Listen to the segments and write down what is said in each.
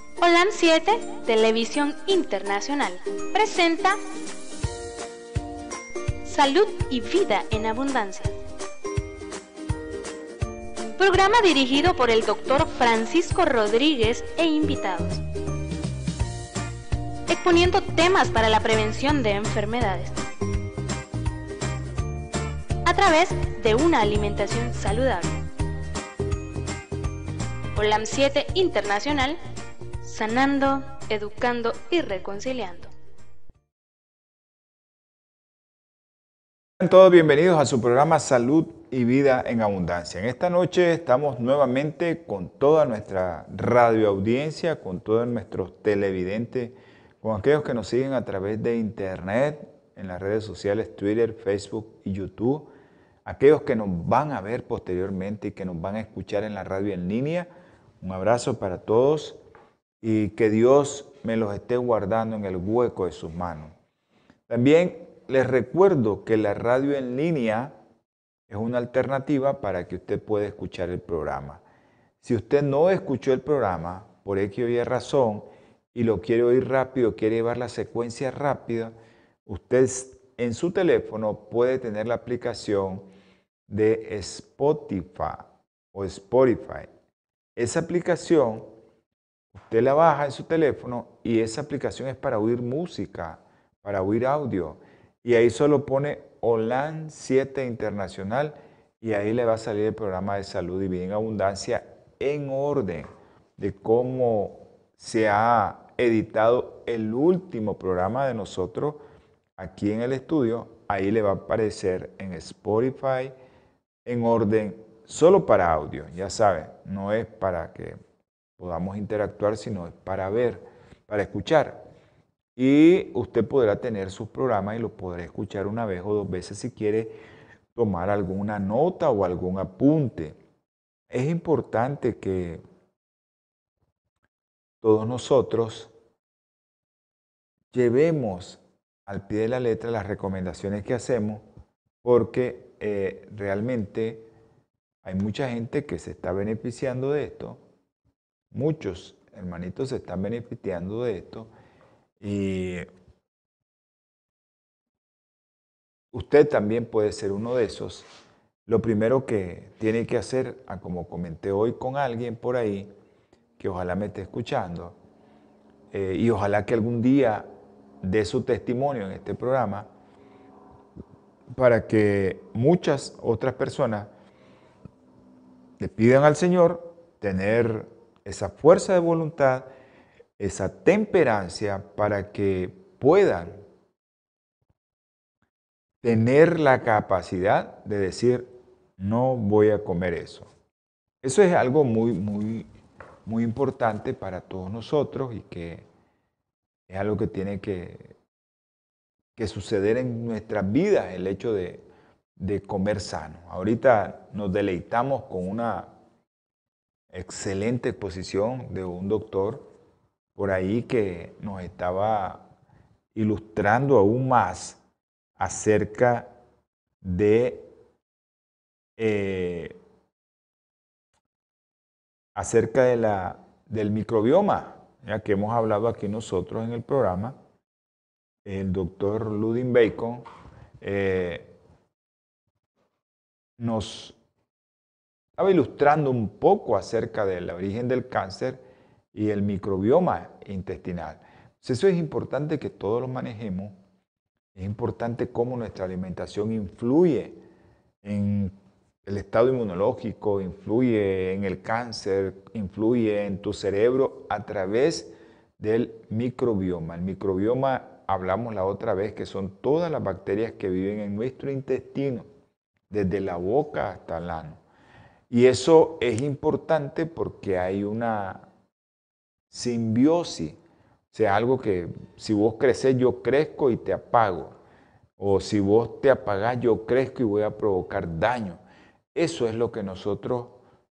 Holam 7, Televisión Internacional, presenta Salud y Vida en Abundancia. Programa dirigido por el Dr. Francisco Rodríguez e invitados, exponiendo temas para la prevención de enfermedades a través de una alimentación saludable. Holam 7 Internacional, sanando, educando y reconciliando. Sean todos bienvenidos a su programa Salud y Vida en Abundancia. En esta noche estamos nuevamente con toda nuestra radioaudiencia, con todos nuestros televidentes, con aquellos que nos siguen a través de internet, en las redes sociales Twitter, Facebook y YouTube, aquellos que nos van a ver posteriormente y que nos van a escuchar en la radio en línea. Un abrazo para todos y que Dios me los esté guardando en el hueco de sus manos. También les recuerdo que la radio en línea es una alternativa para que usted pueda escuchar el programa. Si usted no escuchó el programa por X o Y razón y lo quiere oír rápido, quiere llevar la secuencia rápida, usted en su teléfono puede tener la aplicación de Spotify o Spotify. Esa aplicación usted la baja en su teléfono y esa aplicación es para oír música, para oír audio. Y ahí solo pone Holam 7 Internacional y ahí le va a salir el programa de Salud y Vida en Abundancia en orden de cómo se ha editado el último programa de nosotros aquí en el estudio. Ahí le va a aparecer en Spotify en orden solo para audio. Ya saben, no es para que podamos interactuar, sino es para ver, para escuchar. Y usted podrá tener sus programas y los podrá escuchar una vez o dos veces si quiere tomar alguna nota o algún apunte. Es importante que todos nosotros llevemos al pie de la letra las recomendaciones que hacemos porque realmente hay mucha gente que se está beneficiando de esto. Muchos hermanitos se están beneficiando de esto y usted también puede ser uno de esos. Lo primero que tiene que hacer, como comenté hoy con alguien por ahí, que ojalá me esté escuchando, y ojalá que algún día dé su testimonio en este programa, para que muchas otras personas le pidan al Señor tener esa fuerza de voluntad, esa temperancia para que puedan tener la capacidad de decir, no voy a comer eso. Eso es algo muy importante para todos nosotros y que es algo que tiene que suceder en nuestras vidas, el hecho de comer sano. Ahorita nos deleitamos con una excelente exposición de un doctor por ahí que nos estaba ilustrando aún más acerca de del microbioma, ya que hemos hablado aquí nosotros en el programa. El doctor Ludwig Bacon nos estaba ilustrando un poco acerca del origen del cáncer y el microbioma intestinal. Entonces, eso es importante que todos lo manejemos. Es importante cómo nuestra alimentación influye en el estado inmunológico, influye en el cáncer, influye en tu cerebro a través del microbioma. El microbioma, hablamos la otra vez, que son todas las bacterias que viven en nuestro intestino, desde la boca hasta el ano. Y eso es importante porque hay una simbiosis, o sea, algo que si vos creces, yo crezco y te apago. O si vos te apagás, yo crezco y voy a provocar daño. Eso es lo que nosotros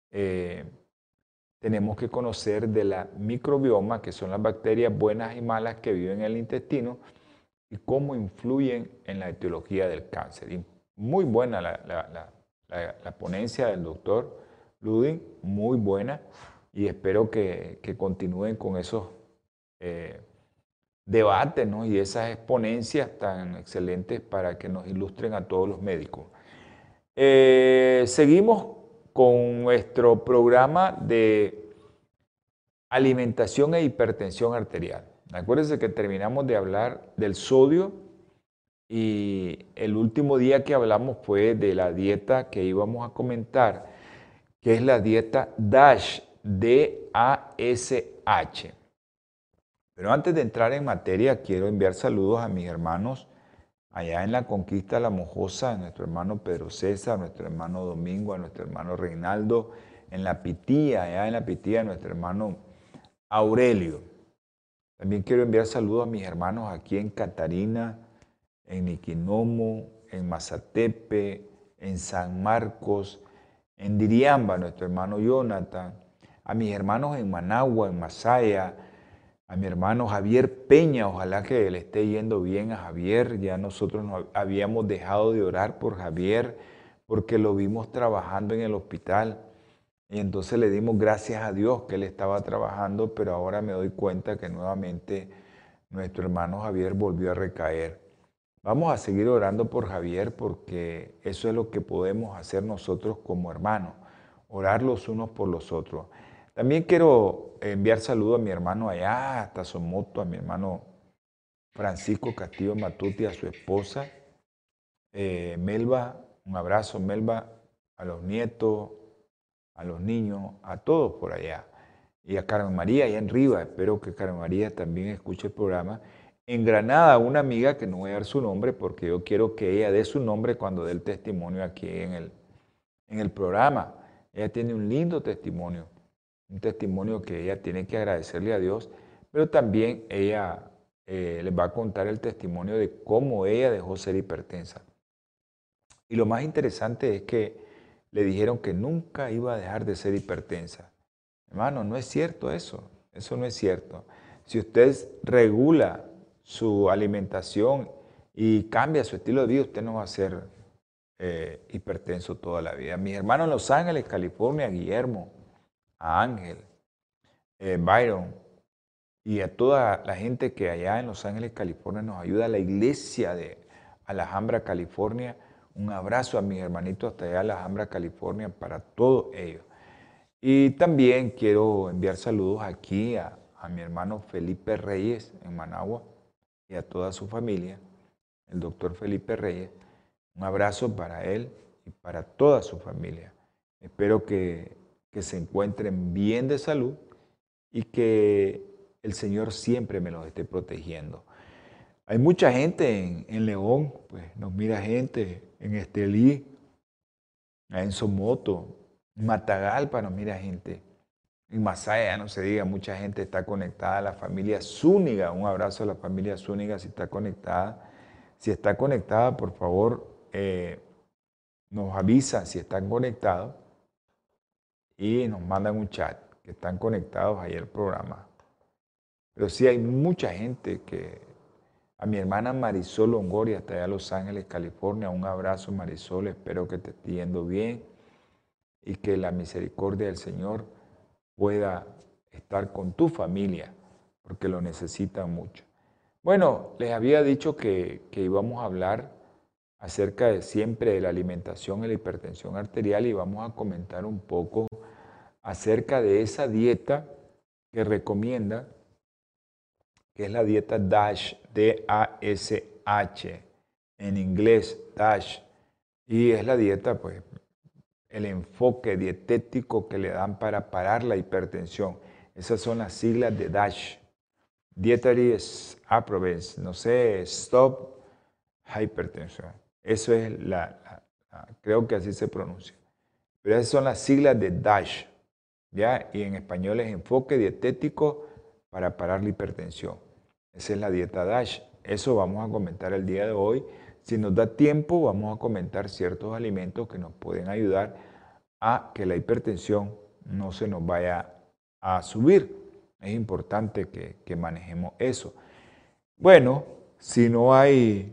tenemos que conocer de la microbioma, que son las bacterias buenas y malas que viven en el intestino y cómo influyen en la etiología del cáncer. Y muy buena la ponencia del doctor Ludwig, muy buena. y espero que continúen con esos debates, ¿no? Y esas exponencias tan excelentes para que nos ilustren a todos los médicos. Seguimos con nuestro programa de alimentación e hipertensión arterial. Acuérdense que terminamos de hablar del sodio y el último día que hablamos fue de la dieta que íbamos a comentar, que es la dieta DASH, D-A-S-H. Pero antes de entrar en materia, quiero enviar saludos a mis hermanos allá en la Conquista de la Mojosa, a nuestro hermano Pedro César, a nuestro hermano Domingo, a nuestro hermano Reinaldo, en la Pitía, allá en la Pitía, a nuestro hermano Aurelio. También quiero enviar saludos a mis hermanos aquí en Catarina, en Niquinomo, en Mazatepe, en San Marcos, en Diriamba, nuestro hermano Jonathan, a mis hermanos en Managua, en Masaya, a mi hermano Javier Peña, ojalá que le esté yendo bien a Javier. Ya nosotros habíamos dejado de orar por Javier porque lo vimos trabajando en el hospital. Y entonces le dimos gracias a Dios que él estaba trabajando, pero ahora me doy cuenta que nuevamente nuestro hermano Javier volvió a recaer. Vamos a seguir orando por Javier porque eso es lo que podemos hacer nosotros como hermanos, orar los unos por los otros. También quiero enviar saludos a mi hermano allá, hasta Somoto, a mi hermano Francisco Castillo Matuti, a su esposa, Melba, un abrazo Melba, a los nietos, a los niños, a todos por allá. Y a Carmen María allá en Riva, espero que Carmen María también escuche el programa. En Granada, una amiga que no voy a dar su nombre porque yo quiero que ella dé su nombre cuando dé el testimonio aquí en el programa. Ella tiene un lindo testimonio, un testimonio que ella tiene que agradecerle a Dios, pero también ella les va a contar el testimonio de cómo ella dejó ser hipertensa. Y lo más interesante es que le dijeron que nunca iba a dejar de ser hipertensa. Hermano, no es cierto eso no es cierto. Si usted regula su alimentación y cambia su estilo de vida, usted no va a ser hipertenso toda la vida. Mis hermanos en Los Ángeles, California, Guillermo, a Ángel, Byron y a toda la gente que allá en Los Ángeles, California nos ayuda, a la iglesia de Alhambra, California. Un abrazo a mis hermanitos hasta allá, Alhambra, California, para todos ellos. Y también quiero enviar saludos aquí a mi hermano Felipe Reyes en Managua y a toda su familia, el doctor Felipe Reyes. Un abrazo para él y para toda su familia. Espero que se encuentren bien de salud y que el Señor siempre me los esté protegiendo. Hay mucha gente en León, pues nos mira gente en Estelí, en Somoto, en Matagalpa nos mira gente, en Masaya, no se diga, mucha gente está conectada, la familia Zúñiga, un abrazo a la familia Zúñiga si está conectada. Si está conectada, por favor, nos avisan si están conectados y nos mandan un chat que están conectados ahí al programa. Pero sí hay mucha gente que... A mi hermana Marisol Longoria, hasta allá en Los Ángeles, California, un abrazo Marisol, espero que te esté yendo bien y que la misericordia del Señor pueda estar con tu familia, porque lo necesitan mucho. Bueno, les había dicho que íbamos a hablar acerca de siempre de la alimentación y la hipertensión arterial y vamos a comentar un poco acerca de esa dieta que recomienda, que es la dieta DASH, D-A-S-H, en inglés DASH, y es la dieta, pues, el enfoque dietético que le dan para parar la hipertensión. Esas son las siglas de DASH. Dietary Approach, no sé, Stop Hypertension. Eso es creo que así se pronuncia. Pero esas son las siglas de DASH, ¿ya? Y en español es enfoque dietético para parar la hipertensión. Esa es la dieta DASH. Eso vamos a comentar el día de hoy. Si nos da tiempo, vamos a comentar ciertos alimentos que nos pueden ayudar a que la hipertensión no se nos vaya a subir. Es importante que manejemos eso. Bueno, si no hay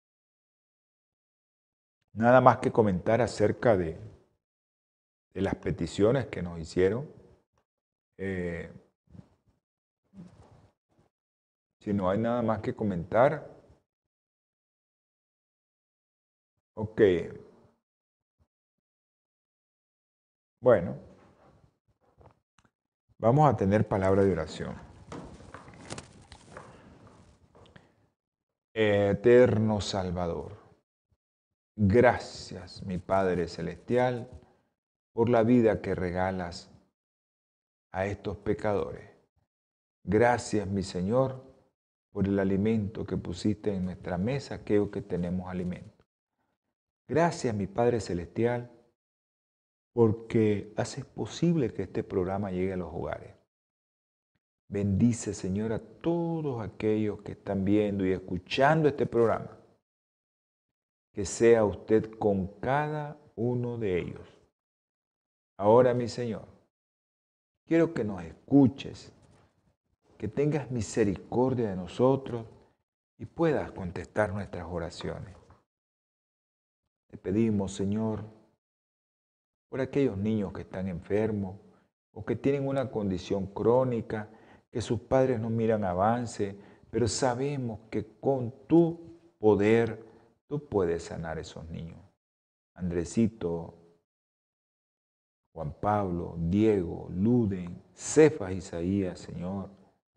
nada más que comentar acerca de las peticiones que nos hicieron, Eh, si no hay nada más que comentar, ok. Bueno, vamos a tener palabra de oración. Eterno Salvador, gracias, mi Padre Celestial, por la vida que regalas a estos pecadores. Gracias, mi Señor, por el alimento que pusiste en nuestra mesa, aquello que tenemos alimento. Gracias, mi Padre Celestial, porque haces posible que este programa llegue a los hogares. Bendice, Señor, a todos aquellos que están viendo y escuchando este programa. Que sea usted con cada uno de ellos. Ahora, mi Señor, quiero que nos escuches, que tengas misericordia de nosotros y puedas contestar nuestras oraciones. Te pedimos, Señor, por aquellos niños que están enfermos o que tienen una condición crónica, que sus padres no miran avance, pero sabemos que con tu poder tú puedes sanar a esos niños. Andresito, Juan Pablo, Diego, Luden, Cefas, Isaías, Señor.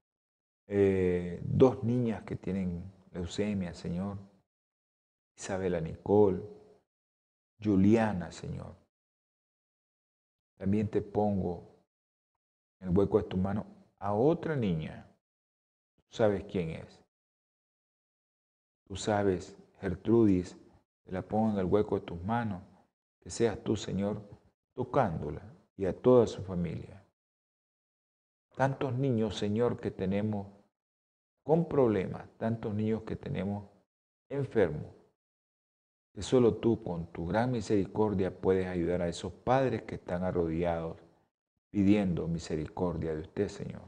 2 niñas que tienen leucemia, Señor. Isabela Nicole, Juliana, Señor. También te pongo en el hueco de tu mano a otra niña. Tú sabes quién es. Tú sabes, Gertrudis, te la pongo en el hueco de tus manos. Que seas tú, Señor, tocándola y a toda su familia. Tantos niños, Señor, que tenemos con problemas, tantos niños que tenemos enfermos, que solo tú con tu gran misericordia puedes ayudar a esos padres que están arrodillados pidiendo misericordia de usted, Señor.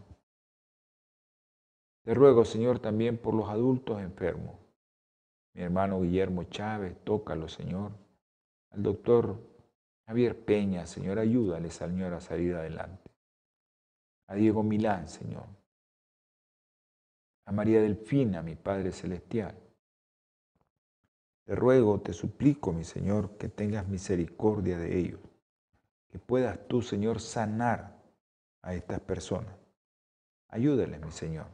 Te ruego, Señor, también por los adultos enfermos. Mi hermano Guillermo Chávez, tócalo, Señor. Al doctor Javier Peña, Señor, ayúdale, Señor, a salir adelante. A Diego Milán, Señor. A María Delfina, mi Padre Celestial. Te ruego, te suplico, mi Señor, que tengas misericordia de ellos. Que puedas tú, Señor, sanar a estas personas. Ayúdales, mi Señor.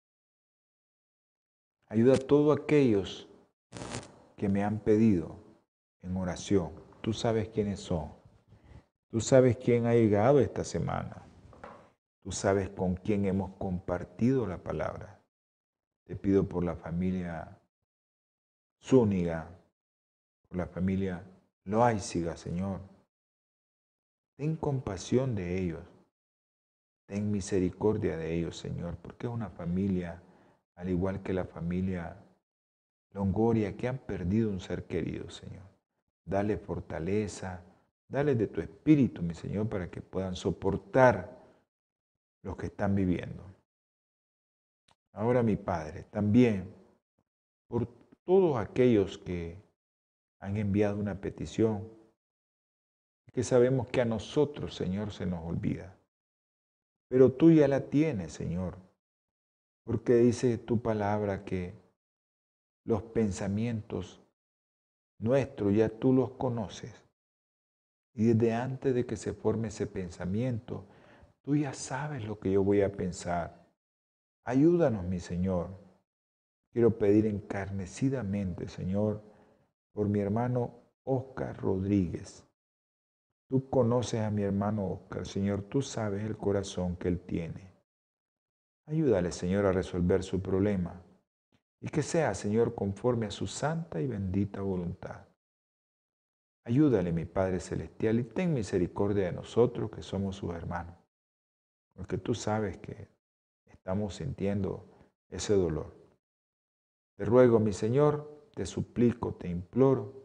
Ayuda a todos aquellos que me han pedido en oración. Tú sabes quiénes son. Tú sabes quién ha llegado esta semana. Tú sabes con quién hemos compartido la palabra. Te pido por la familia Zúñiga, por la familia Loaiziga, Señor. Ten compasión de ellos. Ten misericordia de ellos, Señor, porque es una familia, al igual que la familia Longoria, que han perdido un ser querido, Señor. Dale fortaleza, dale de tu espíritu, mi Señor, para que puedan soportar los que están viviendo. Ahora, mi Padre, también por todos aquellos que han enviado una petición, que sabemos que a nosotros, Señor, se nos olvida. Pero tú ya la tienes, Señor, porque dice tu palabra que los pensamientos nuestros ya tú los conoces. Y desde antes de que se forme ese pensamiento, tú ya sabes lo que yo voy a pensar. Ayúdanos, mi Señor. Quiero pedir encarnecidamente, Señor, por mi hermano Oscar Rodríguez. Tú conoces a mi hermano Oscar, Señor, tú sabes el corazón que él tiene. Ayúdale, Señor, a resolver su problema y que sea, Señor, conforme a su santa y bendita voluntad. Ayúdale, mi Padre Celestial, y ten misericordia de nosotros que somos sus hermanos, porque tú sabes que estamos sintiendo ese dolor. Te ruego, mi Señor, te suplico, te imploro,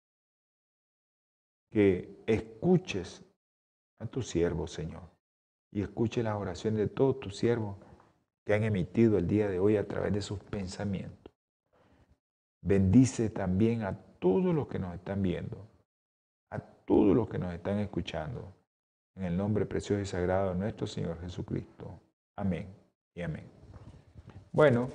que escuches a tu siervo, Señor, y escuche las oraciones de todos tus siervos que han emitido el día de hoy a través de sus pensamientos. Bendice también a todos los que nos están viendo, a todos los que nos están escuchando. en el nombre precioso y sagrado de nuestro Señor Jesucristo. Amén y amén. Bueno,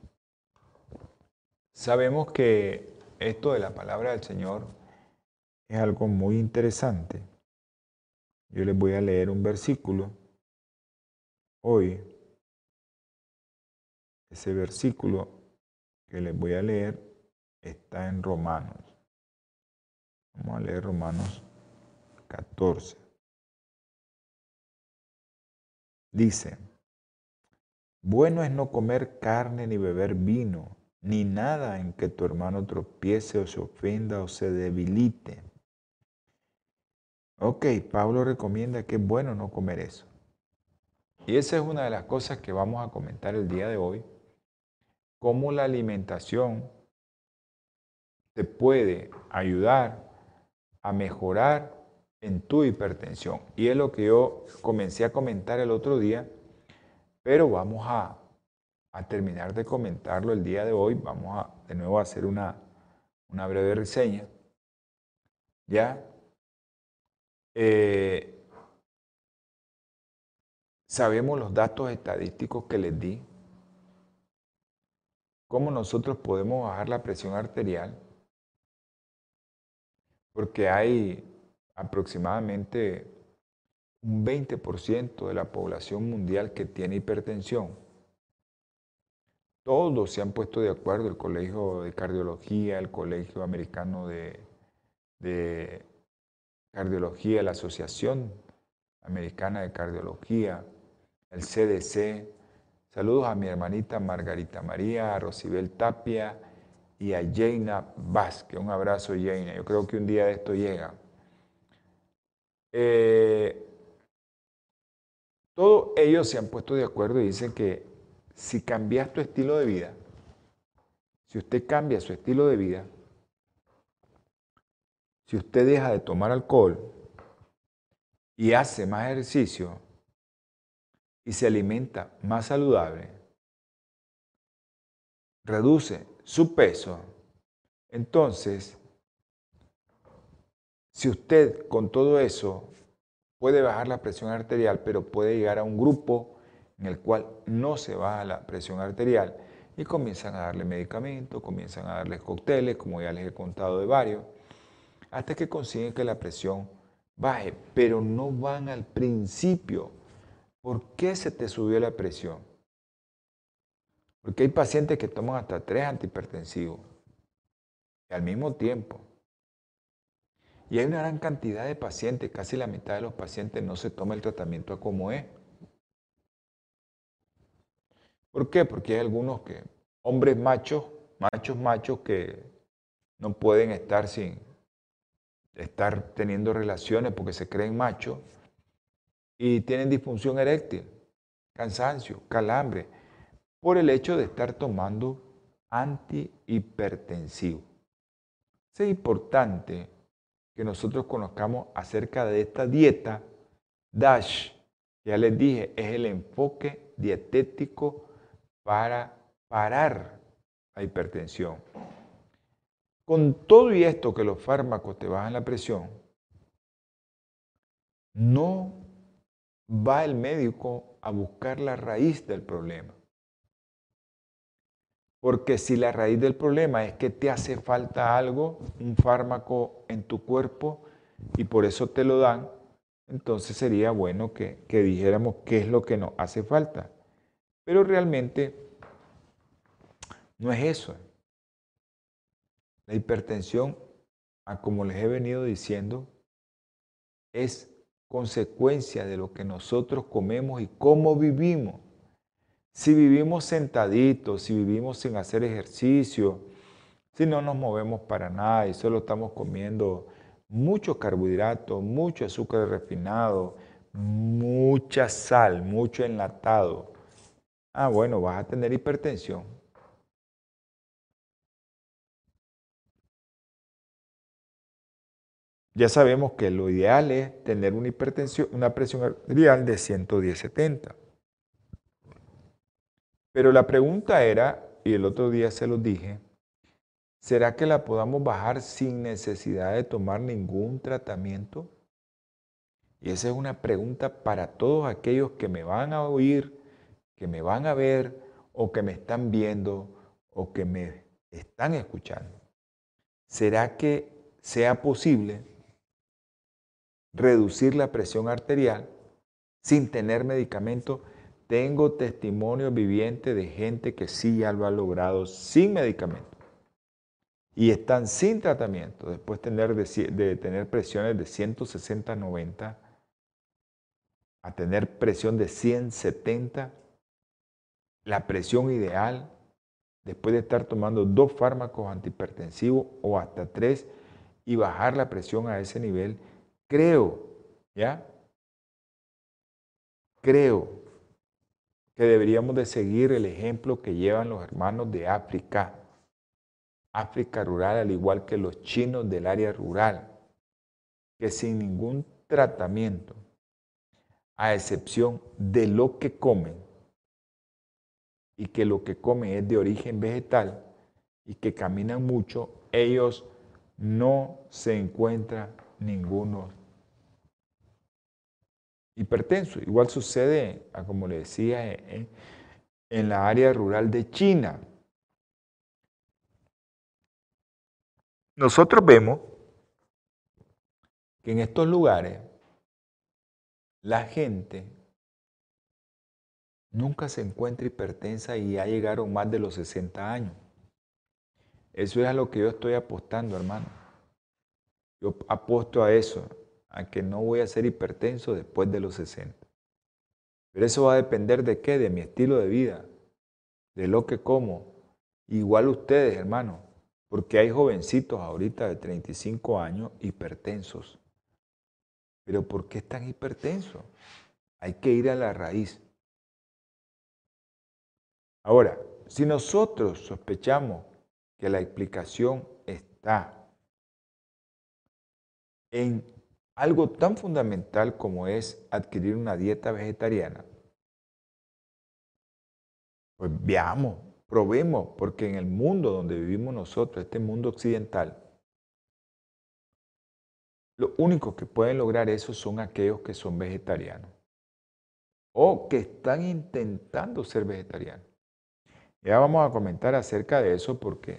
sabemos que esto de la palabra del Señor es algo muy interesante. Yo les voy a leer un versículo hoy. Ese versículo que les voy a leer está en Romanos. Vamos a leer Romanos 14. Dice, bueno es no comer carne ni beber vino, ni nada en que tu hermano tropiece o se ofenda o se debilite. Ok, Pablo recomienda que es bueno no comer eso. Y esa es una de las cosas que vamos a comentar el día de hoy, cómo la alimentación te puede ayudar a mejorar en tu hipertensión. Y es lo que yo comencé a comentar el otro día, pero vamos a terminar de comentarlo el día de hoy. Vamos a de nuevo a hacer una breve reseña. ¿Ya? Sabemos los datos estadísticos que les di, cómo nosotros podemos bajar la presión arterial, porque hay aproximadamente un 20% de la población mundial que tiene hipertensión. Todos se han puesto de acuerdo, el Colegio de Cardiología, el Colegio Americano de Cardiología, la Asociación Americana de Cardiología, el CDC. Saludos a mi hermanita Margarita María, a Rosibel Tapia y a Jaina Vázquez. Un abrazo, Jaina. Yo creo que un día de esto llega. Todos ellos se han puesto de acuerdo y dicen que si cambias tu estilo de vida, si usted cambia su estilo de vida, si usted deja de tomar alcohol y hace más ejercicio y se alimenta más saludable, reduce su peso, entonces, si usted con todo eso puede bajar la presión arterial, pero puede llegar a un grupo en el cual no se baja la presión arterial y comienzan a darle medicamentos, comienzan a darles cócteles, como ya les he contado de varios, hasta que consiguen que la presión baje, pero no van al principio. ¿Por qué se te subió la presión? Porque hay pacientes que toman hasta 3 antihipertensivos al mismo tiempo. Y hay una gran cantidad de pacientes, casi la mitad de los pacientes no se toma el tratamiento como es. ¿Por qué? Porque hay algunos que, hombres machos, que no pueden estar sin estar teniendo relaciones porque se creen machos y tienen disfunción eréctil, cansancio, calambre, por el hecho de estar tomando antihipertensivos. Es importante que nosotros conozcamos acerca de esta dieta DASH. Ya les dije, es el enfoque dietético para parar la hipertensión. Con todo y esto que los fármacos te bajan la presión, no va el médico a buscar la raíz del problema. Porque si la raíz del problema es que te hace falta algo, un fármaco en tu cuerpo, y por eso te lo dan, entonces sería bueno que dijéramos qué es lo que nos hace falta. Pero realmente no es eso. La hipertensión, como les he venido diciendo, es consecuencia de lo que nosotros comemos y cómo vivimos. Si vivimos sentaditos, si vivimos sin hacer ejercicio, si no nos movemos para nada y solo estamos comiendo muchos carbohidratos, mucho azúcar refinado, mucha sal, mucho enlatado, bueno, vas a tener hipertensión. Ya sabemos que lo ideal es tener una hipertensión, una presión arterial de 110/70. Pero la pregunta era, y el otro día se los dije, ¿será que la podamos bajar sin necesidad de tomar ningún tratamiento? Y esa es una pregunta para todos aquellos que me van a oír, que me van a ver o que me están viendo o que me están escuchando. ¿Será que sea posible reducir la presión arterial sin tener medicamento? Tengo testimonios vivientes de gente que sí ya lo ha logrado sin medicamento y están sin tratamiento después de tener presiones de 160/90 a tener presión de 170, la presión ideal después de estar tomando 2 fármacos antihipertensivos o hasta 3 y bajar la presión a ese nivel. Creo que deberíamos de seguir el ejemplo que llevan los hermanos de África rural, al igual que los chinos del área rural, que sin ningún tratamiento, a excepción de lo que comen, y que lo que comen es de origen vegetal y que caminan mucho, ellos no se encuentran ninguno hipertenso. Igual sucede, como le decía, en la área rural de China. Nosotros vemos que en estos lugares la gente nunca se encuentra hipertensa y ya llegaron más de los 60 años. Eso es a lo que yo estoy apostando, hermano. Yo apuesto a eso, a que no voy a ser hipertenso después de los 60. Pero eso va a depender de qué, de mi estilo de vida, de lo que como. Igual ustedes, hermano, porque hay jovencitos ahorita de 35 años hipertensos. Pero ¿por qué están hipertensos? Hay que ir a la raíz. Ahora, si nosotros sospechamos que la explicación está en algo tan fundamental como es adquirir una dieta vegetariana, pues veamos, probemos, porque en el mundo donde vivimos nosotros, este mundo occidental, lo único que pueden lograr eso son aquellos que son vegetarianos o que están intentando ser vegetarianos. Ya vamos a comentar acerca de eso porque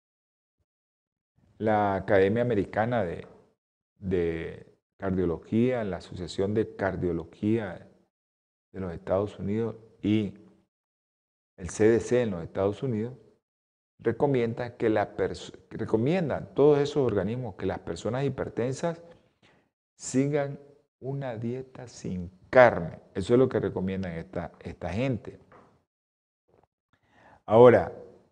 la Academia Americana de Cardiología, la Asociación de Cardiología de los Estados Unidos y el CDC en los Estados Unidos recomiendan todos esos organismos que las personas hipertensas sigan una dieta sin carne. Eso es lo que recomiendan esta gente. Ahora,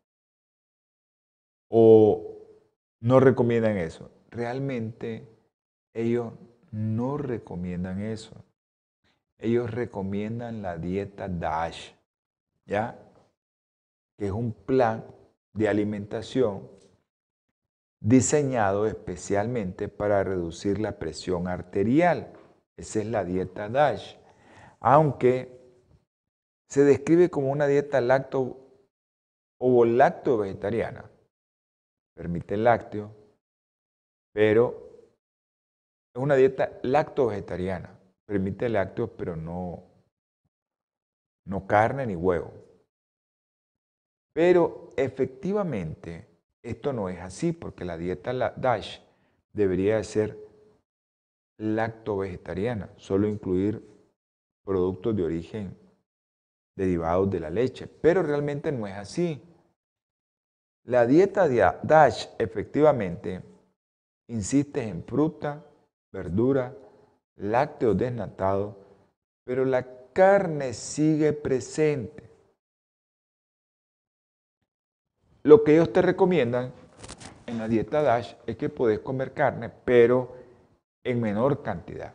o no recomiendan eso. Realmente ellos no recomiendan eso. Ellos recomiendan la dieta DASH, ¿ya? Que es un plan de alimentación diseñado especialmente para reducir la presión arterial. Esa es la dieta DASH. Aunque se describe como una dieta lacto-vegetariana. Permite lácteo, pero es una dieta lacto-vegetariana. Permite lácteos, pero no carne ni huevo. Pero efectivamente esto no es así, porque la dieta DASH debería de ser lacto-vegetariana, solo incluir productos de origen derivados de la leche, pero realmente no es así. La dieta DASH efectivamente insiste en fruta, verdura, lácteos desnatados, pero la carne sigue presente. Lo que ellos te recomiendan en la dieta DASH es que puedes comer carne, pero en menor cantidad.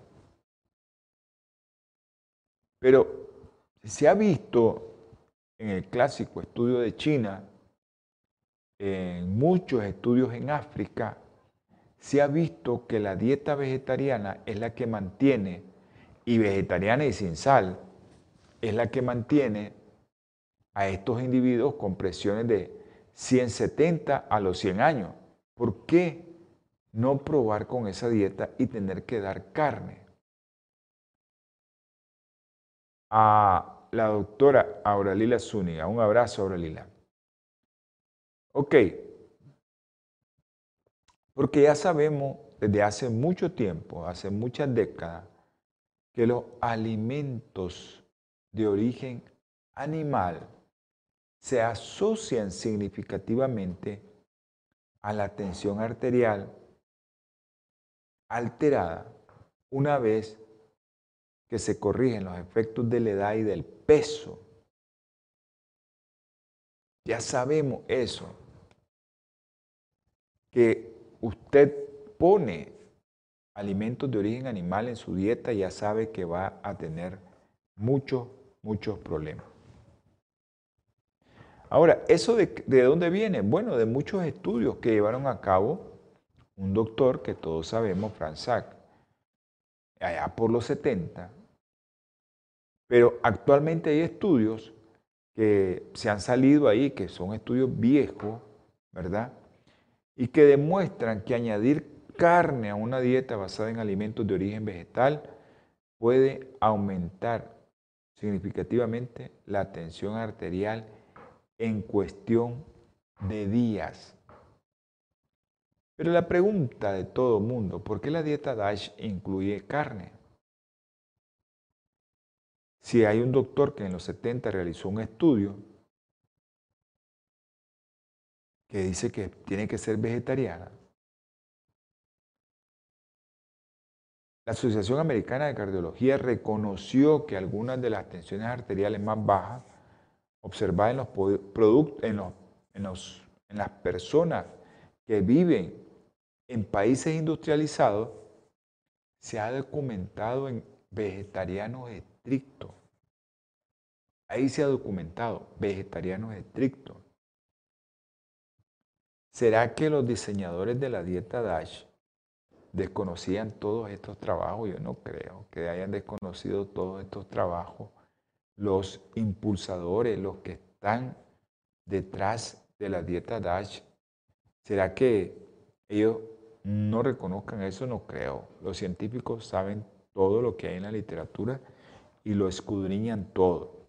Pero se ha visto en el clásico estudio de China, en muchos estudios en África, se ha visto que la dieta vegetariana es la que mantiene, y vegetariana y sin sal, es la que mantiene a estos individuos con presiones de 170 a los 100 años. ¿Por qué no probar con esa dieta y tener que dar carne? a la doctora Auralila Zúñiga. Un abrazo, Auralila. Ok, porque ya sabemos desde hace mucho tiempo, hace muchas décadas, que los alimentos de origen animal se asocian significativamente a la tensión arterial alterada una vez que se corrigen los efectos de la edad y del peso. Ya sabemos eso, que usted pone alimentos de origen animal en su dieta, ya sabe que va a tener muchos problemas. Ahora, ¿eso de dónde viene? Bueno, de muchos estudios que llevaron a cabo un doctor que todos sabemos, Franz Sack, allá por los 70, pero actualmente hay estudios que se han salido ahí, que son estudios viejos, ¿verdad? Y que demuestran que añadir carne a una dieta basada en alimentos de origen vegetal puede aumentar significativamente la tensión arterial en cuestión de días. Pero la pregunta de todo mundo, ¿por qué la dieta DASH incluye carne? Si hay un doctor que en los 70 realizó un estudio que dice que tiene que ser vegetariana, la Asociación Americana de Cardiología reconoció que algunas de las tensiones arteriales más bajas observadas en las personas que viven en países industrializados se ha documentado en vegetarianos estrictos. Ahí se ha documentado vegetarianos estrictos. ¿Será que los diseñadores de la dieta DASH desconocían todos estos trabajos? Yo no creo que hayan desconocido todos estos trabajos. Los impulsadores, los que están detrás de la dieta DASH, ¿será que ellos no reconozcan eso? No creo. Los científicos saben todo lo que hay en la literatura y lo escudriñan todo.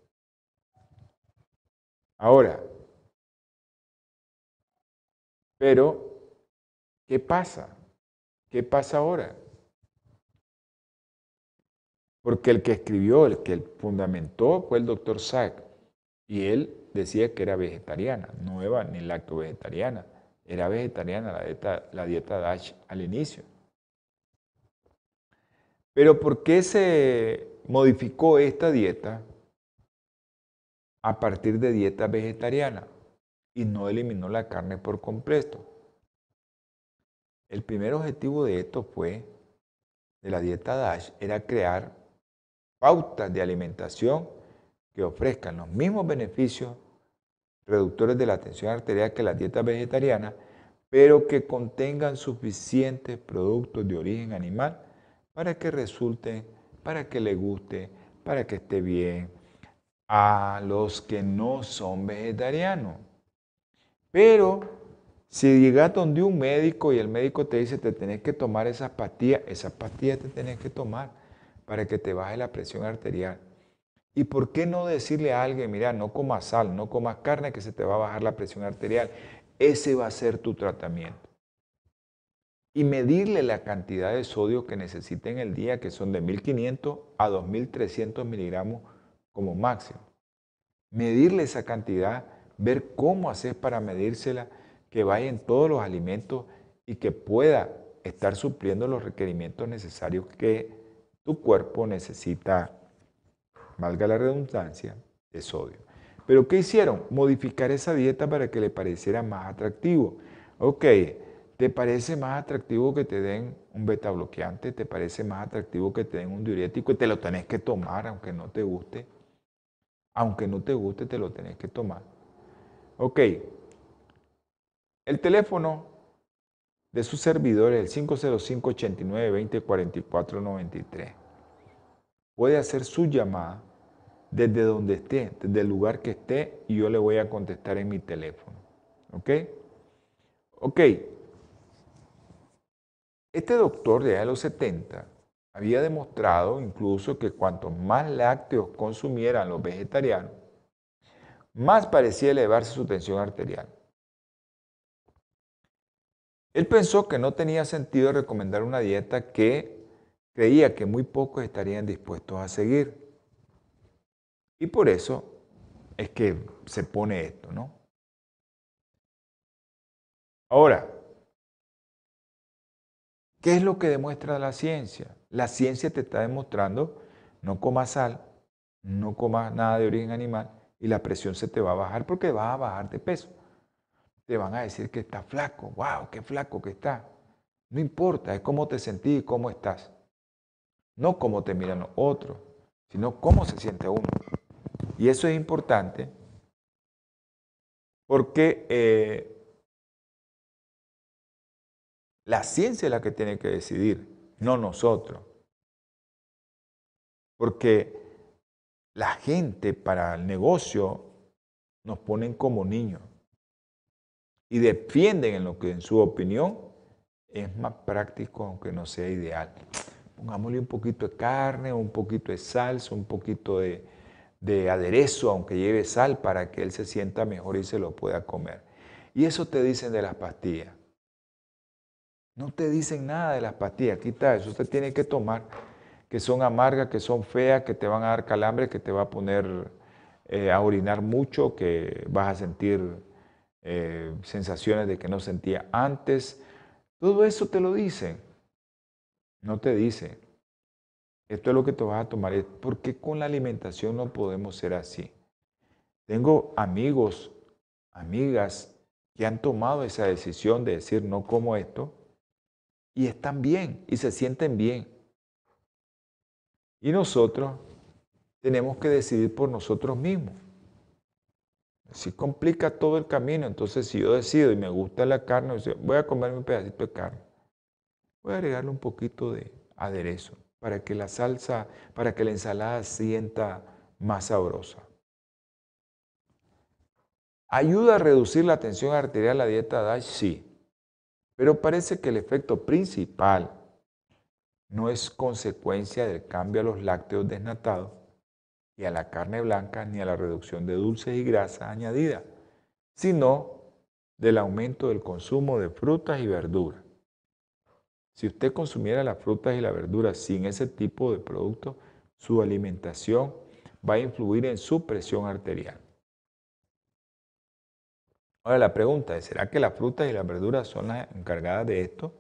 Ahora, pero, ¿qué pasa? ¿Qué pasa ahora? Porque el que escribió, el que fundamentó fue el doctor Sack. Y él decía que era vegetariana, no era ni lacto-vegetariana. Era vegetariana la dieta DASH al inicio. Pero ¿por qué se modificó esta dieta a partir de dieta vegetariana y no eliminó la carne por completo? El primer objetivo de esto de la dieta DASH, era crear pautas de alimentación que ofrezcan los mismos beneficios reductores de la tensión arterial que las dietas vegetarianas, pero que contengan suficientes productos de origen animal para que resulte, para que le guste, para que esté bien a los que no son vegetarianos. Pero si llegas donde un médico y el médico te dice te tenés que tomar esas pastillas te tenés que tomar para que te baje la presión arterial. ¿Y por qué no decirle a alguien, mira, no comas sal, no comas carne, que se te va a bajar la presión arterial? Ese va a ser tu tratamiento. Y medirle la cantidad de sodio que necesita en el día, que son de 1500 a 2300 miligramos como máximo. Medirle esa cantidad, ver cómo haces para medírsela, que vaya en todos los alimentos y que pueda estar supliendo los requerimientos necesarios que tu cuerpo necesita, valga la redundancia, de sodio. ¿Pero qué hicieron? Modificar esa dieta para que le pareciera más atractivo. Ok, ¿te parece más atractivo que te den un beta bloqueante? ¿Te parece más atractivo que te den un diurético y te lo tenés que tomar aunque no te guste? Aunque no te guste, te lo tenés que tomar. Ok, el teléfono de su servidor es el 505-8920-4493. Puede hacer su llamada desde donde esté, desde el lugar que esté, y yo le voy a contestar en mi teléfono. ¿Ok? Ok. Este doctor de allá de los 70 había demostrado incluso que cuanto más lácteos consumieran los vegetarianos, más parecía elevarse su tensión arterial. Él pensó que no tenía sentido recomendar una dieta que creía que muy pocos estarían dispuestos a seguir. Y por eso es que se pone esto, ¿no? Ahora, ¿qué es lo que demuestra la ciencia? La ciencia te está demostrando, no comas sal, no comas nada de origen animal y la presión se te va a bajar porque vas a bajar de peso. Te van a decir que estás flaco, wow, qué flaco que estás. No importa, es cómo te sentís y cómo estás. No cómo te miran los otros, sino cómo se siente uno. Y eso es importante porque la ciencia es la que tiene que decidir, no nosotros. Porque la gente para el negocio nos ponen como niños y defienden en lo que en su opinión es más práctico aunque no sea ideal. Pongámosle un poquito de carne, un poquito de salsa, un poquito de aderezo, aunque lleve sal, para que él se sienta mejor y se lo pueda comer. Y eso te dicen de las pastillas. No te dicen nada de las pastillas. Aquí está, eso usted tiene que tomar, que son amargas, que son feas, que te van a dar calambre, que te va a poner a orinar mucho, que vas a sentir sensaciones de que no sentía antes. Todo eso te lo dicen. No te dicen, esto es lo que te vas a tomar. ¿Por qué con la alimentación no podemos ser así? Tengo amigos, amigas que han tomado esa decisión de decir no como esto y están bien y se sienten bien. Y nosotros tenemos que decidir por nosotros mismos. Si complica todo el camino, entonces si yo decido y me gusta la carne, voy a comerme un pedacito de carne. Voy a agregarle un poquito de aderezo para que la salsa, para que la ensalada sienta más sabrosa. ¿Ayuda a reducir la tensión arterial la dieta DASH? Sí, pero parece que el efecto principal no es consecuencia del cambio a los lácteos desnatados y a la carne blanca ni a la reducción de dulces y grasas añadidas, sino del aumento del consumo de frutas y verduras. Si usted consumiera las frutas y las verduras sin ese tipo de productos, su alimentación va a influir en su presión arterial. Ahora la pregunta es, ¿será que las frutas y las verduras son las encargadas de esto?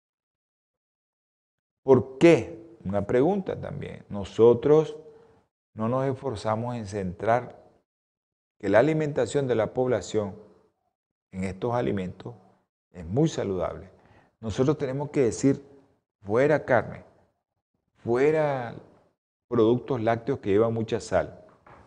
¿Por qué? Una pregunta también. Nosotros no nos esforzamos en centrar que la alimentación de la población en estos alimentos es muy saludable. Nosotros tenemos que decir, fuera carne, fuera productos lácteos que llevan mucha sal.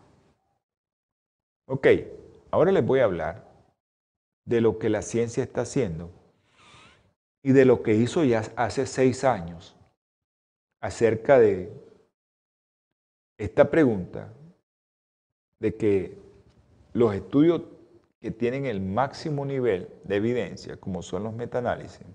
Ok, ahora les voy a hablar de lo que la ciencia está haciendo y de lo que hizo ya hace 6 años acerca de esta pregunta de que los estudios que tienen el máximo nivel de evidencia, como son los metaanálisis,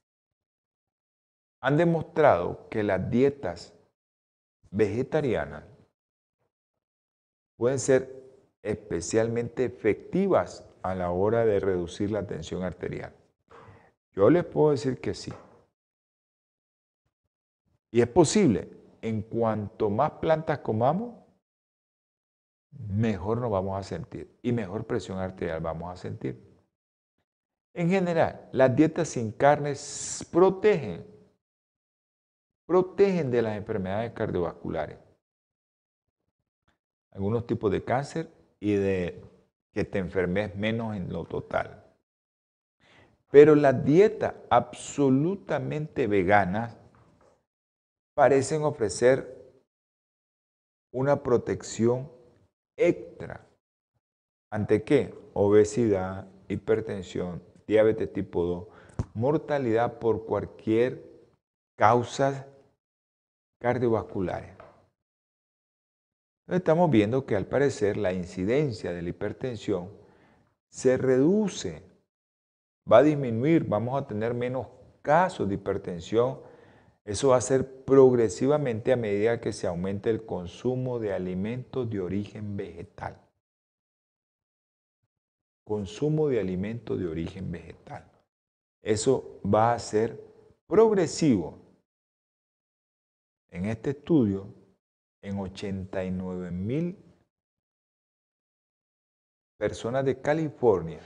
han demostrado que las dietas vegetarianas pueden ser especialmente efectivas a la hora de reducir la tensión arterial. Yo les puedo decir que sí. Y es posible, en cuanto más plantas comamos, mejor nos vamos a sentir y mejor presión arterial vamos a sentir. En general, las dietas sin carnes protegen de las enfermedades cardiovasculares, algunos tipos de cáncer y de que te enfermes menos en lo total. Pero las dietas absolutamente veganas parecen ofrecer una protección extra. ¿Ante qué? Obesidad, hipertensión, diabetes tipo 2, mortalidad por cualquier causa cardiovasculares. Estamos viendo que al parecer la incidencia de la hipertensión se reduce, va a disminuir, vamos a tener menos casos de hipertensión Eso va a ser progresivamente a medida que se aumente el consumo de alimentos de origen vegetal. Consumo de alimentos de origen vegetal. Eso va a ser progresivo. En este estudio, en 89,000 personas de California,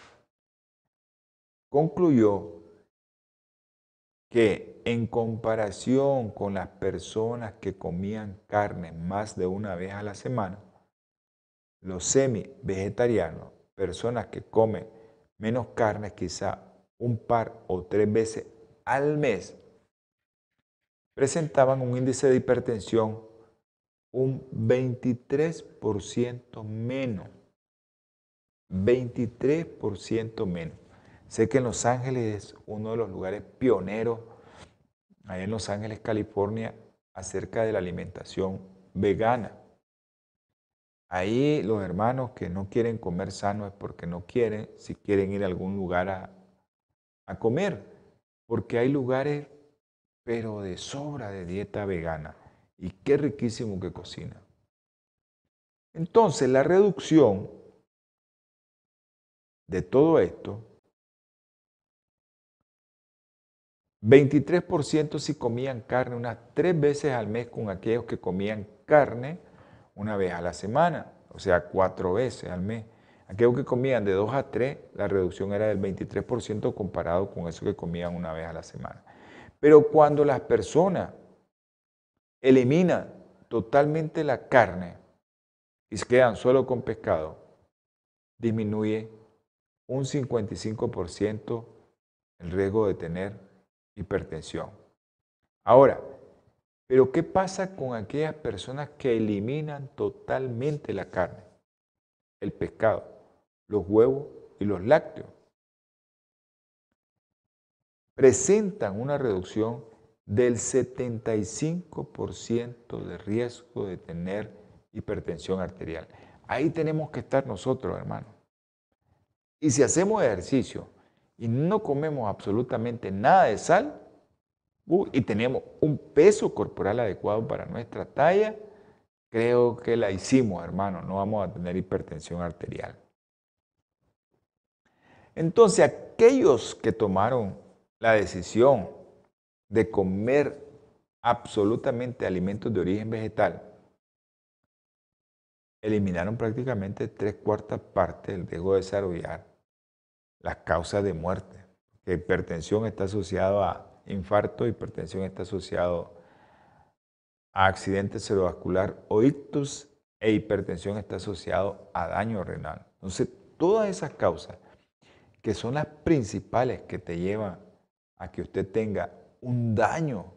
concluyó que en comparación con las personas que comían carne más de una vez a la semana, los semi-vegetarianos, personas que comen menos carne, quizá un par o 3 veces al mes, presentaban un índice de hipertensión un 23% menos. 23% menos. Sé que en Los Ángeles es uno de los lugares pioneros, allá en Los Ángeles, California, acerca de la alimentación vegana. Ahí los hermanos que no quieren comer sano es porque no quieren, si quieren ir a algún lugar a comer, porque hay lugares, pero de sobra de dieta vegana. Y qué riquísimo que cocina. Entonces, la reducción de todo esto, 23% si comían carne unas 3 veces al mes con aquellos que comían carne una vez a la semana, o sea, 4 veces al mes. Aquellos que comían de 2 a 3, la reducción era del 23% comparado con esos que comían una vez a la semana. Pero cuando las personas eliminan totalmente la carne y se quedan solo con pescado, disminuye un 55% el riesgo de tener hipertensión. Ahora, ¿pero qué pasa con aquellas personas que eliminan totalmente la carne, el pescado, los huevos y los lácteos? Presentan una reducción del 75% de riesgo de tener hipertensión arterial. Ahí tenemos que estar nosotros, hermanos. Y si hacemos ejercicio y no comemos absolutamente nada de sal, y tenemos un peso corporal adecuado para nuestra talla, creo que la hicimos, hermano. No vamos a tener hipertensión arterial. Entonces, aquellos que tomaron la decisión de comer absolutamente alimentos de origen vegetal, eliminaron prácticamente 3/4 partes del riesgo de desarrollar las causas de muerte. La hipertensión está asociado a infarto, hipertensión está asociado a accidente cerebrovascular o ictus, e hipertensión está asociado a daño renal. Entonces, todas esas causas, que son las principales que te llevan a que usted tenga un daño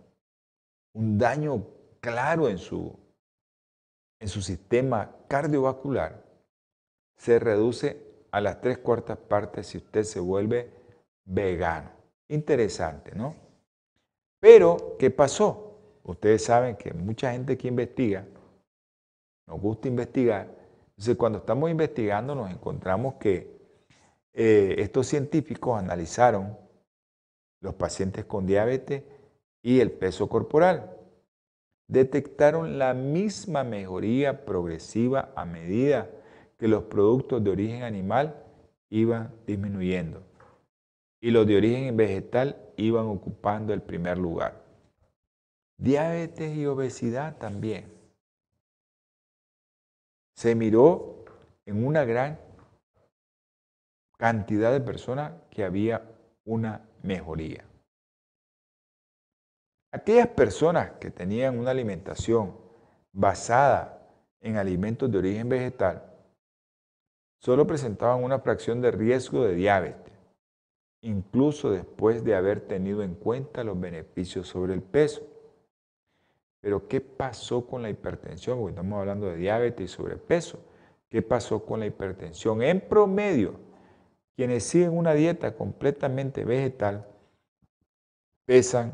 claro en su sistema cardiovascular, se reduce a las 3/4 partes si usted se vuelve vegano. Interesante, ¿no? Pero, ¿qué pasó? Ustedes saben que mucha gente que investiga, nos gusta investigar. Entonces, cuando estamos investigando nos encontramos que estos científicos analizaron los pacientes con diabetes y el peso corporal. Detectaron la misma mejoría progresiva a medida que los productos de origen animal iban disminuyendo y los de origen vegetal iban ocupando el primer lugar. Diabetes y obesidad también. Se miró en una gran cantidad de personas que había una mejoría. Aquellas personas que tenían una alimentación basada en alimentos de origen vegetal solo presentaban una fracción de riesgo de diabetes, incluso después de haber tenido en cuenta los beneficios sobre el peso. Pero ¿qué pasó con la hipertensión? Porque estamos hablando de diabetes y sobrepeso. ¿Qué pasó con la hipertensión? En promedio, quienes siguen una dieta completamente vegetal pesan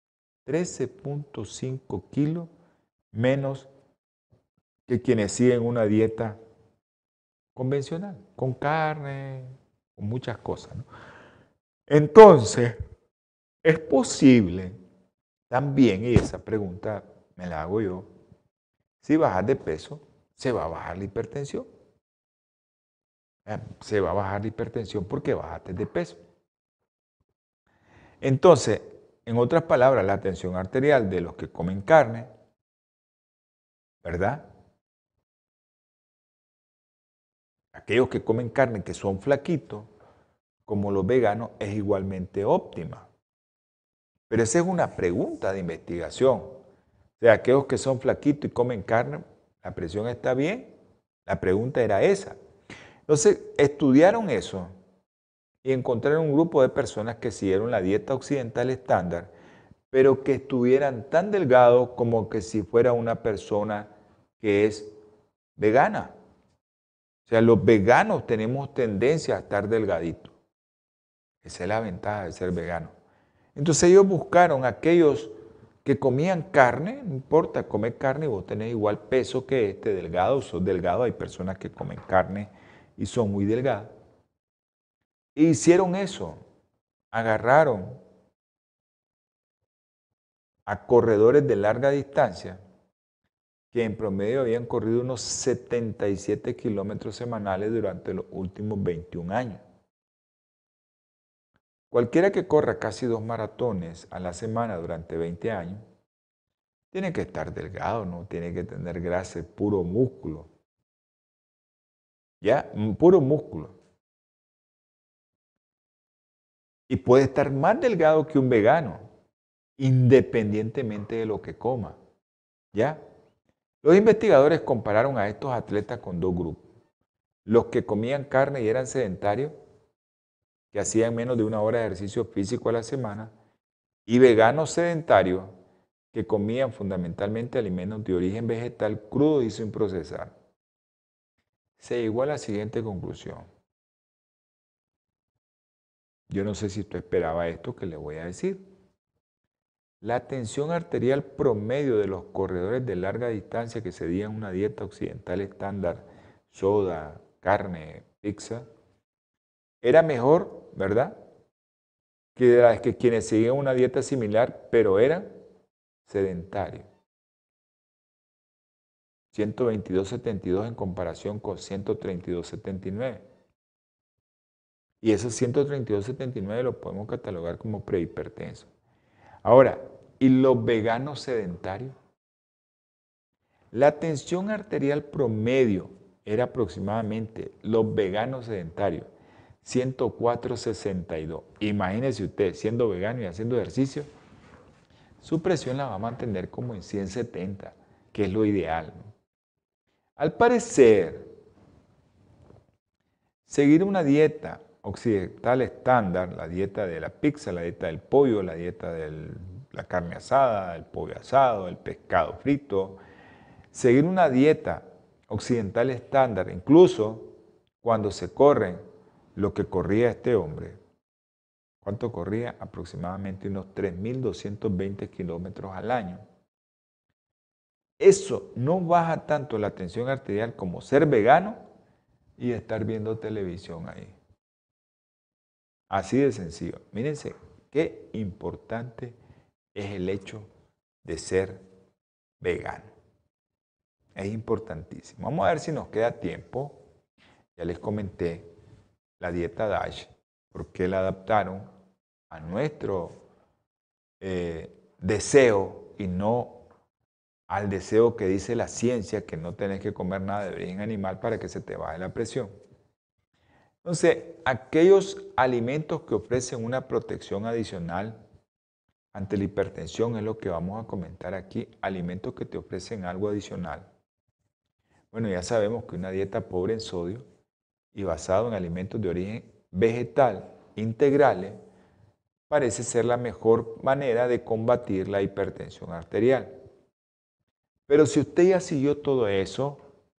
13.5 kilos menos que quienes siguen una dieta convencional, con carne, con muchas cosas, ¿no? Entonces, es posible También, y esa pregunta me la hago yo, si bajas de peso, se va a bajar la hipertensión. Se va a bajar la hipertensión porque bajaste de peso. Entonces, en otras palabras, la tensión arterial de los que comen carne, ¿verdad? Aquellos que comen carne que son flaquitos, como los veganos, es igualmente óptima. Pero esa es una pregunta de investigación. O sea, aquellos que son flaquitos y comen carne, ¿la presión está bien? La pregunta era esa. Entonces, estudiaron eso y encontraron un grupo de personas que siguieron la dieta occidental estándar, pero que estuvieran tan delgados como que si fuera una persona que es vegana. O sea, los veganos tenemos tendencia a estar delgaditos. Esa es la ventaja de ser vegano. Entonces ellos buscaron aquellos que comían carne, no importa comer carne, vos tenés igual peso que este, delgado, sos delgado, hay personas que comen carne y son muy delgadas. E hicieron eso, agarraron a corredores de larga distancia que en promedio habían corrido unos 77 kilómetros semanales durante los últimos 21 años. Cualquiera que corra casi 2 maratones a la semana durante 20 años, tiene que estar delgado, no tiene que tener grasa, puro músculo. ¿Ya? Puro músculo. Y puede estar más delgado que un vegano, independientemente de lo que coma. ¿Ya? Los investigadores compararon a estos atletas con dos grupos. Los que comían carne y eran sedentarios, que hacían menos de 1 hora de ejercicio físico a la semana, y veganos sedentarios, que comían fundamentalmente alimentos de origen vegetal crudo y sin procesar. Se llegó a la siguiente conclusión. Yo no sé si usted esperaba esto que le voy a decir. La tensión arterial promedio de los corredores de larga distancia que seguían una dieta occidental estándar, soda, carne, pizza, era mejor, ¿verdad?, que quienes seguían una dieta similar, pero eran sedentarios. 122.72 en comparación con 132.79. Y esos 132.79 los podemos catalogar como prehipertensos. Ahora, ¿y los veganos sedentarios? La tensión arterial promedio era aproximadamente, los veganos sedentarios, 104/62. Imagínese usted, siendo vegano y haciendo ejercicio, su presión la va a mantener como en 170, que es lo ideal, ¿no? Al parecer, seguir una dieta occidental estándar, la dieta de la pizza, la dieta del pollo, la dieta de la carne asada, el pollo asado, el pescado frito, seguir una dieta occidental estándar, incluso cuando se corren lo que corría este hombre. ¿Cuánto corría? Aproximadamente unos 3.220 kilómetros al año. Eso no baja tanto la tensión arterial como ser vegano y estar viendo televisión ahí. Así de sencillo. Mírense qué importante es el hecho de ser vegano. Es importantísimo. Vamos a ver si nos queda tiempo. Ya les comenté la dieta DASH, porque la adaptaron a nuestro deseo y no al deseo que dice la ciencia, que no tenés que comer nada de origen animal para que se te baje la presión. Entonces, aquellos alimentos que ofrecen una protección adicional ante la hipertensión es lo que vamos a comentar aquí, alimentos que te ofrecen algo adicional. Bueno, ya sabemos que una dieta pobre en sodio y basada en alimentos de origen vegetal integrales parece ser la mejor manera de combatir la hipertensión arterial. Pero si usted ya siguió todo eso,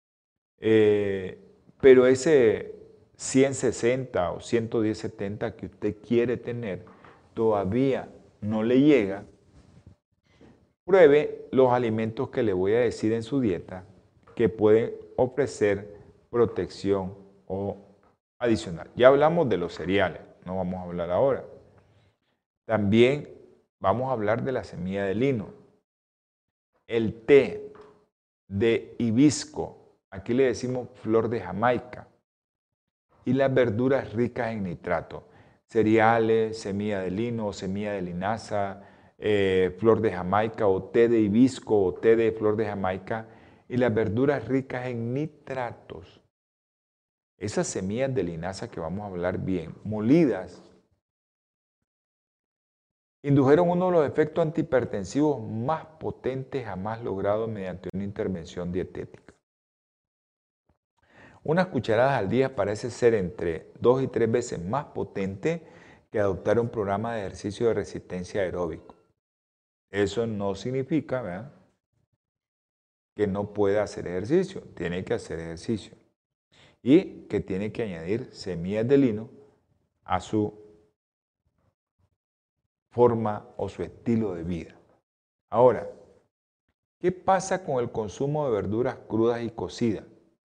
pero ese 160 o 110/70 que usted quiere tener todavía no le llega, pruebe los alimentos que le voy a decir en su dieta que pueden ofrecer protección o adicional. Ya hablamos de los cereales, no vamos a hablar ahora. También vamos a hablar de la semilla de lino, el té de hibisco, aquí le decimos flor de Jamaica, y las verduras ricas en nitrato, cereales, semilla de lino, semilla de linaza, flor de Jamaica o té de hibisco o té de flor de Jamaica, y las verduras ricas en nitratos. Esas semillas de linaza que vamos a hablar bien, molidas, indujeron uno de los efectos antihipertensivos más potentes jamás logrados mediante una intervención dietética. Unas cucharadas al día parece ser entre 2 y 3 veces más potente que adoptar un programa de ejercicio de resistencia aeróbico. Eso no significa, ¿verdad?, que no pueda hacer ejercicio. Tiene que hacer ejercicio. Y que tiene que añadir semillas de lino a su forma o su estilo de vida. Ahora, ¿qué pasa con el consumo de verduras crudas y cocidas?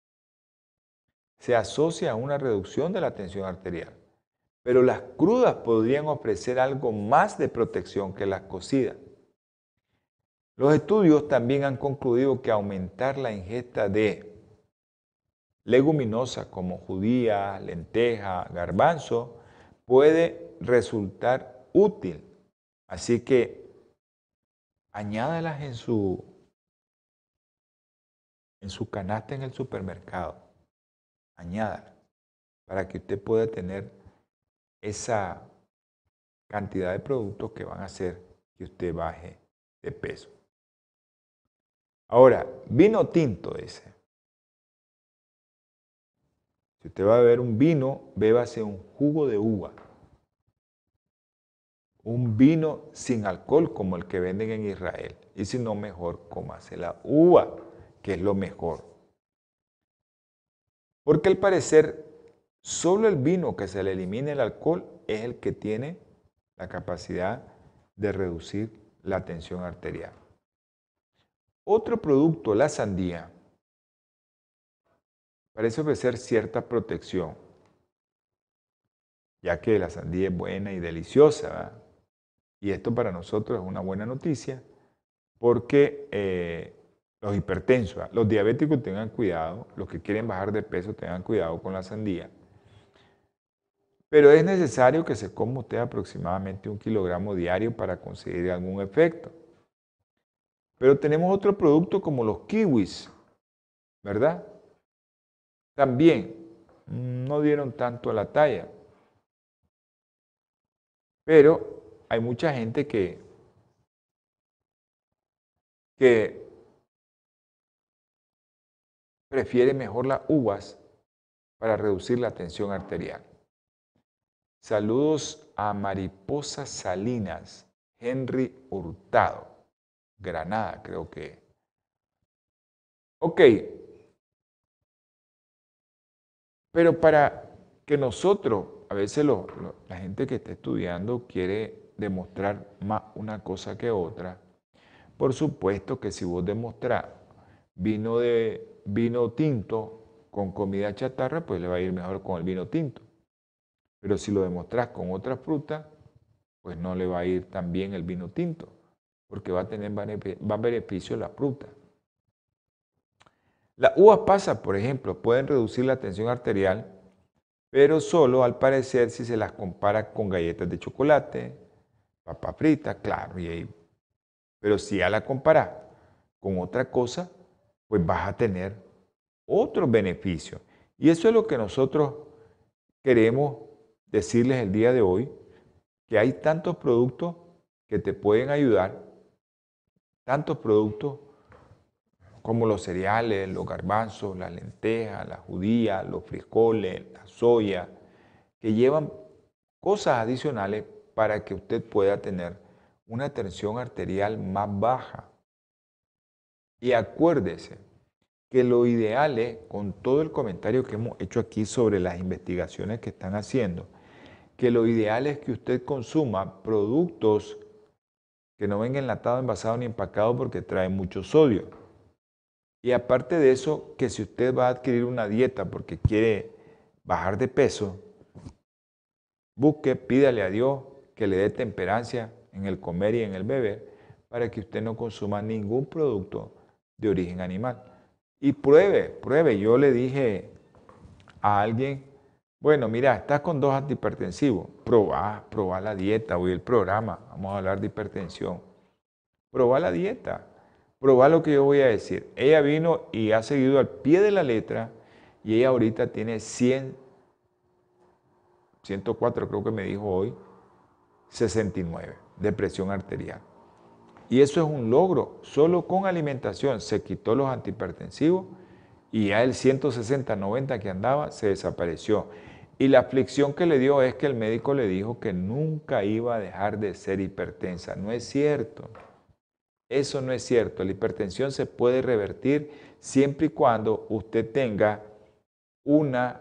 Se asocia a una reducción de la tensión arterial, pero las crudas podrían ofrecer algo más de protección que las cocidas. Los estudios también han concluido que aumentar la ingesta de leguminosas como judías, lentejas, garbanzo puede resultar útil. Así que añádalas en su canasta en el supermercado. Añádalas para que usted pueda tener esa cantidad de productos que van a hacer que usted baje de peso. Ahora, vino tinto ese. Si usted va a beber un vino, bébase un jugo de uva. Un vino sin alcohol como el que venden en Israel. Y si no, mejor cómase la uva, que es lo mejor. Porque al parecer, solo el vino que se le elimine el alcohol es el que tiene la capacidad de reducir la tensión arterial. Otro producto, la sandía, parece ofrecer cierta protección, ya que la sandía es buena y deliciosa, ¿verdad? Y esto para nosotros es una buena noticia, porque los hipertensos, los diabéticos tengan cuidado, los que quieren bajar de peso tengan cuidado con la sandía. Pero es necesario que se coma usted aproximadamente 1 kilogramo diario para conseguir algún efecto. Pero tenemos otro producto como los kiwis, ¿verdad? También no dieron tanto a la talla. Pero hay mucha gente que prefiere mejor las uvas para reducir la tensión arterial. Saludos a Mariposa Salinas, Henry Hurtado, Granada, creo que. Ok, pero para que nosotros, a veces la gente que está estudiando quiere demostrar más una cosa que otra. Por supuesto que si vos demostrás vino tinto con comida chatarra, pues le va a ir mejor con el vino tinto. Pero si lo demostrás con otra fruta, pues no le va a ir tan bien el vino tinto, porque va a beneficio la fruta. Las uvas pasas, por ejemplo, pueden reducir la tensión arterial, pero solo al parecer si se las compara con galletas de chocolate, papa frita, claro, pero si ya la comparas con otra cosa, pues vas a tener otros beneficios. Y eso es lo que nosotros queremos decirles el día de hoy, que hay tantos productos que te pueden ayudar, tantos productos como los cereales, los garbanzos, las lentejas, las judías, los frijoles, la soya, que llevan cosas adicionales para que usted pueda tener una tensión arterial más baja. Y acuérdese que lo ideal es, con todo el comentario que hemos hecho aquí sobre las investigaciones que están haciendo, que lo ideal es que usted consuma productos que no vengan enlatados, envasados ni empacados porque traen mucho sodio. Y aparte de eso, que si usted va a adquirir una dieta porque quiere bajar de peso, pídale a Dios que le dé temperancia en el comer y en el beber para que usted no consuma ningún producto de origen animal. Y pruebe. Yo le dije a alguien, bueno, mira, estás con 2 antihipertensivos, probá la dieta, hoy el programa, vamos a hablar de hipertensión. Probá la dieta, probá lo que yo voy a decir. Ella vino y ha seguido al pie de la letra y ella ahorita tiene 104, creo que me dijo hoy, 69 de presión arterial. Y eso es un logro. Solo con alimentación se quitó los antihipertensivos y ya el 160-90 que andaba se desapareció. Y la aflicción que le dio es que el médico le dijo que nunca iba a dejar de ser hipertensa. No es cierto. Eso no es cierto. La hipertensión se puede revertir siempre y cuando usted tenga una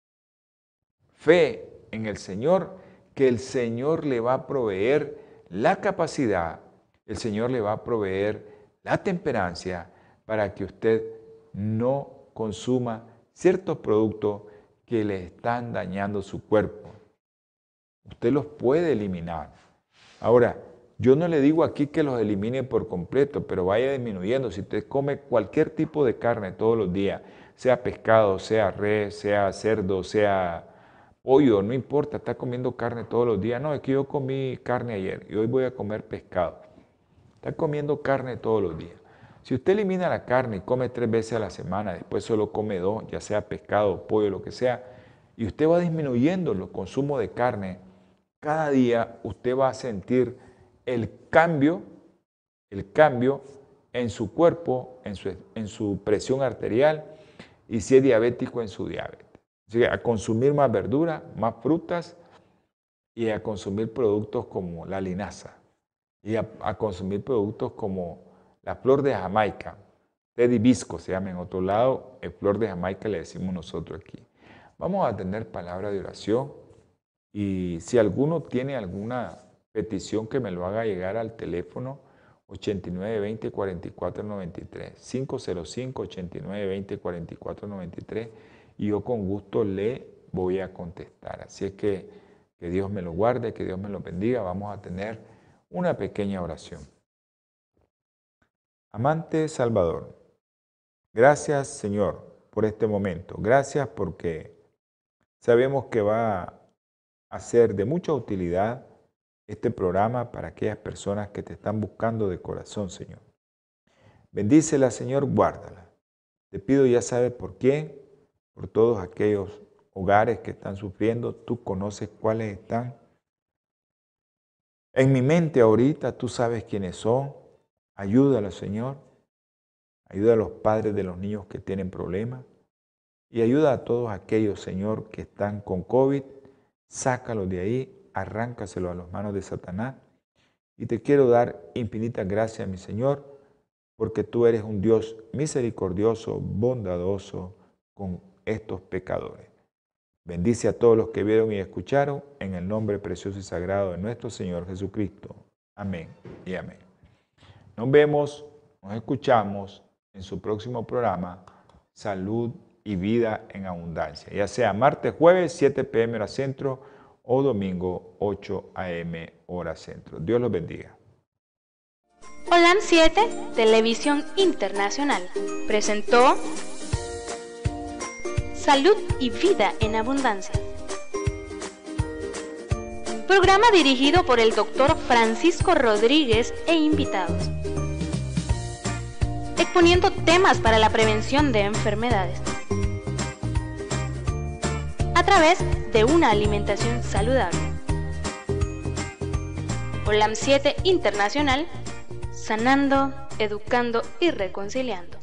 fe en el Señor, que el Señor le va a proveer la capacidad, el Señor le va a proveer la temperancia para que usted no consuma ciertos productos que le están dañando su cuerpo. Usted los puede eliminar. Ahora, yo no le digo aquí que los elimine por completo, pero vaya disminuyendo. Si usted come cualquier tipo de carne todos los días, sea pescado, sea res, sea cerdo, sea pollo, no importa, está comiendo carne todos los días. No, es que yo comí carne ayer y hoy voy a comer pescado. Está comiendo carne todos los días. Si usted elimina la carne y come 3 veces a la semana, después solo come 2, ya sea pescado, pollo, lo que sea, y usted va disminuyendo el consumo de carne, cada día usted va a sentir el cambio en su cuerpo, en su presión arterial y si es diabético en su diabetes. Así que a consumir más verdura, más frutas y a consumir productos como la linaza y a consumir productos como la flor de Jamaica, té de hibisco se llama en otro lado, flor de Jamaica le decimos nosotros aquí. Vamos a tener palabra de oración y si alguno tiene alguna petición que me lo haga llegar al teléfono 8920-4493, 505-8920-4493 y yo con gusto le voy a contestar. Así es que Dios me lo guarde, que Dios me lo bendiga. Vamos a tener una pequeña oración. Amante Salvador, gracias Señor por este momento. Gracias porque sabemos que va a ser de mucha utilidad este programa para aquellas personas que te están buscando de corazón, Señor. Bendícela, Señor, guárdala. Te pido, ya sabes por quién, por todos aquellos hogares que están sufriendo. Tú conoces cuáles están. En mi mente ahorita, tú sabes quiénes son. Ayúdala, Señor. Ayuda a los padres de los niños que tienen problemas. Y ayuda a todos aquellos, Señor, que están con COVID. Sácalos de ahí. Arráncaselo a las manos de Satanás. Y te quiero dar infinitas gracias, mi Señor, porque tú eres un Dios misericordioso, bondadoso con estos pecadores. Bendice a todos los que vieron y escucharon en el nombre precioso y sagrado de nuestro Señor Jesucristo. Amén y amén. Nos vemos, nos escuchamos en su próximo programa, Salud y Vida en Abundancia. Ya sea martes, jueves, 7 p.m. hora centro, o domingo 8 a.m. hora centro. Dios los bendiga. Holan 7, Televisión Internacional, presentó Salud y Vida en Abundancia. Programa dirigido por el Dr. Francisco Rodríguez e invitados. Exponiendo temas para la prevención de enfermedades a través de una alimentación saludable. Holan 7 Internacional, sanando, educando y reconciliando.